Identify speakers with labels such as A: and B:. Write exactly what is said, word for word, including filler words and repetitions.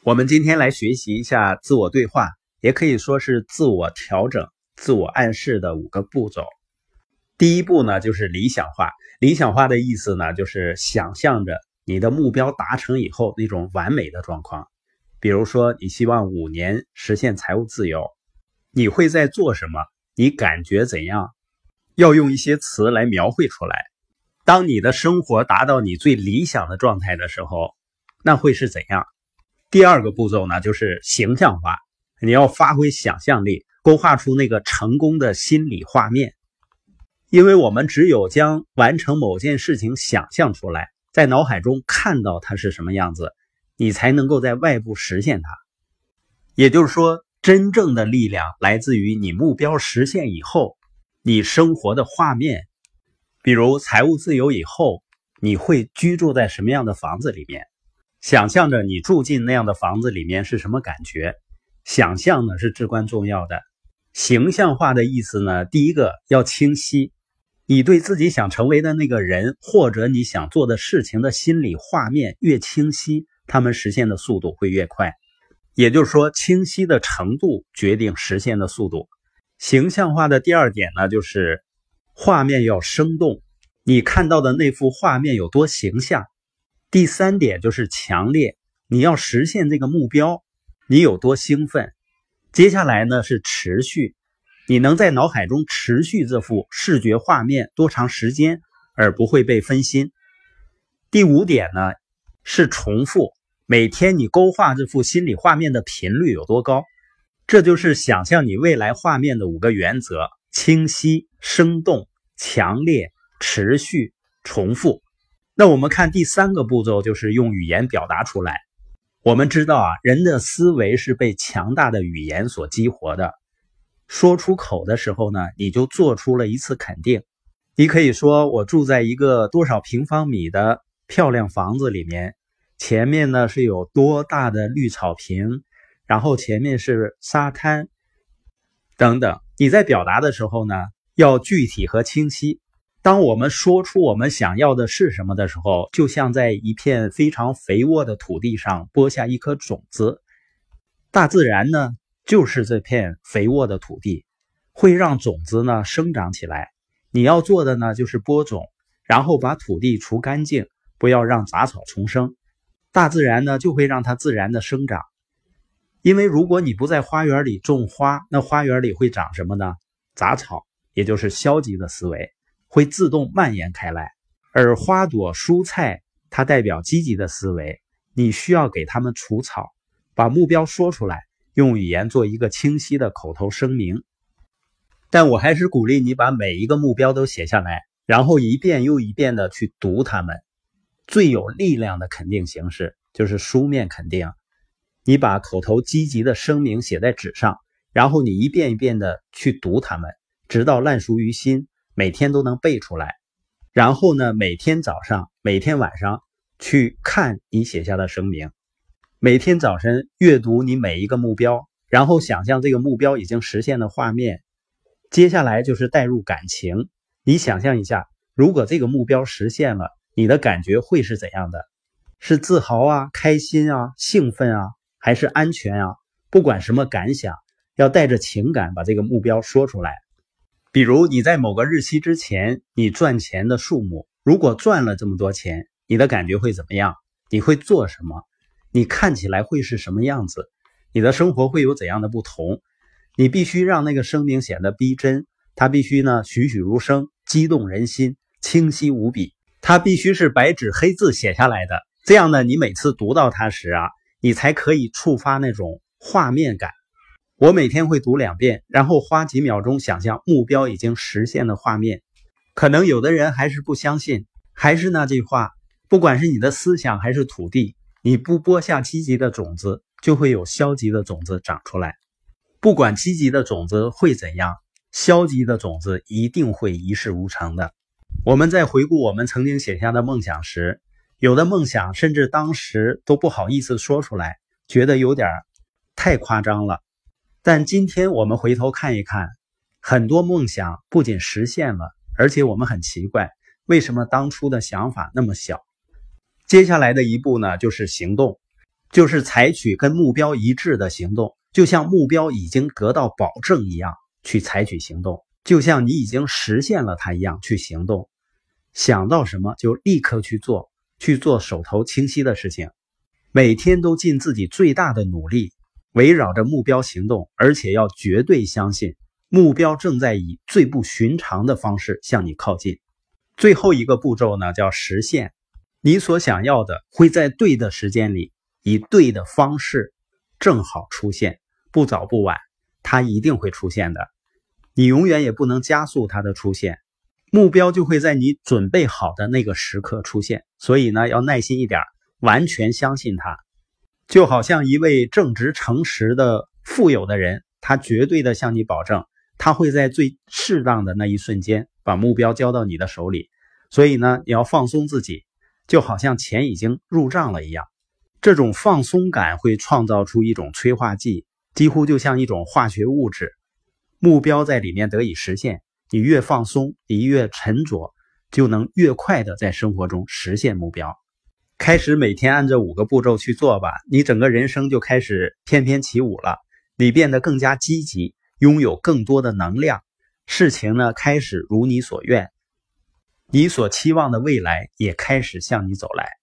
A: 我们今天来学习一下自我对话，也可以说是自我调整、自我暗示的五个步骤。第一步呢，就是理想化。理想化的意思呢，就是想象着你的目标达成以后那种完美的状况。比如说，你希望五年实现财务自由，你会在做什么？你感觉怎样？要用一些词来描绘出来。当你的生活达到你最理想的状态的时候，那会是怎样？第二个步骤呢，就是形象化。你要发挥想象力，勾画出那个成功的心理画面。因为我们只有将完成某件事情想象出来，在脑海中看到它是什么样子，你才能够在外部实现它。也就是说，真正的力量来自于你目标实现以后，你生活的画面。比如财务自由以后，你会居住在什么样的房子里面？想象着你住进那样的房子里面是什么感觉？想象呢是至关重要的。形象化的意思呢，第一个要清晰，你对自己想成为的那个人或者你想做的事情的心理画面越清晰，他们实现的速度会越快。也就是说，清晰的程度决定实现的速度。形象化的第二点呢，就是画面要生动，你看到的那幅画面有多形象。第三点就是强烈，你要实现这个目标，你有多兴奋。接下来呢是持续，你能在脑海中持续这幅视觉画面多长时间，而不会被分心。第五点呢是重复，每天你勾画这幅心理画面的频率有多高。这就是想象你未来画面的五个原则：清晰、生动、强烈、持续、重复。那我们看第三个步骤，就是用语言表达出来。我们知道啊，人的思维是被强大的语言所激活的。说出口的时候呢，你就做出了一次肯定。你可以说，我住在一个多少平方米的漂亮房子里面，前面呢是有多大的绿草坪，然后前面是沙滩等等。你在表达的时候呢，要具体和清晰。当我们说出我们想要的是什么的时候，就像在一片非常肥沃的土地上播下一颗种子。大自然呢，就是这片肥沃的土地，会让种子呢生长起来。你要做的呢，就是播种，然后把土地除干净，不要让杂草丛生。大自然呢，就会让它自然的生长。因为如果你不在花园里种花，那花园里会长什么呢？杂草，也就是消极的思维。会自动蔓延开来，而花朵、蔬菜它代表积极的思维，你需要给它们除草，把目标说出来，用语言做一个清晰的口头声明。但我还是鼓励你把每一个目标都写下来，然后一遍又一遍的去读它们。最有力量的肯定形式就是书面肯定，你把口头积极的声明写在纸上，然后你一遍一遍的去读它们，直到烂熟于心，每天都能背出来。然后呢，每天早上每天晚上去看你写下的声明。每天早晨阅读你每一个目标，然后想象这个目标已经实现的画面。接下来就是带入感情，你想象一下，如果这个目标实现了，你的感觉会是怎样的？是自豪啊、开心啊、兴奋啊，还是安全啊？不管什么感想，要带着情感把这个目标说出来。比如你在某个日期之前，你赚钱的数目，如果赚了这么多钱，你的感觉会怎么样？你会做什么？你看起来会是什么样子？你的生活会有怎样的不同？你必须让那个声明显得逼真，它必须呢栩栩如生，激动人心，清晰无比。它必须是白纸黑字写下来的，这样呢，你每次读到它时啊，你才可以触发那种画面感。我每天会读两遍，然后花几秒钟想象目标已经实现的画面。可能有的人还是不相信，还是那句话，不管是你的思想还是土地，你不播下积极的种子，就会有消极的种子长出来。不管积极的种子会怎样，消极的种子一定会一事无成的。我们在回顾我们曾经写下的梦想时，有的梦想甚至当时都不好意思说出来，觉得有点太夸张了。但今天我们回头看一看，很多梦想不仅实现了，而且我们很奇怪，为什么当初的想法那么小？接下来的一步呢，就是行动。 就是采取跟目标一致的行动，就像目标已经得到保证一样去采取行动，就像你已经实现了它一样去行动。想到什么就立刻去做，去做手头清晰的事情，每天都尽自己最大的努力，围绕着目标行动，而且要绝对相信目标正在以最不寻常的方式向你靠近。最后一个步骤呢，叫实现。你所想要的会在对的时间里，以对的方式正好出现，不早不晚，它一定会出现的。你永远也不能加速它的出现，目标就会在你准备好的那个时刻出现。所以呢，要耐心一点，完全相信它。就好像一位正直诚实的富有的人，他绝对的向你保证，他会在最适当的那一瞬间把目标交到你的手里。所以呢，你要放松自己，就好像钱已经入账了一样。这种放松感会创造出一种催化剂，几乎就像一种化学物质，目标在里面得以实现。你越放松，你越沉着，就能越快的在生活中实现目标。开始每天按这五个步骤去做吧，你整个人生就开始翩翩起舞了。你变得更加积极，拥有更多的能量，事情呢开始如你所愿，你所期望的未来也开始向你走来。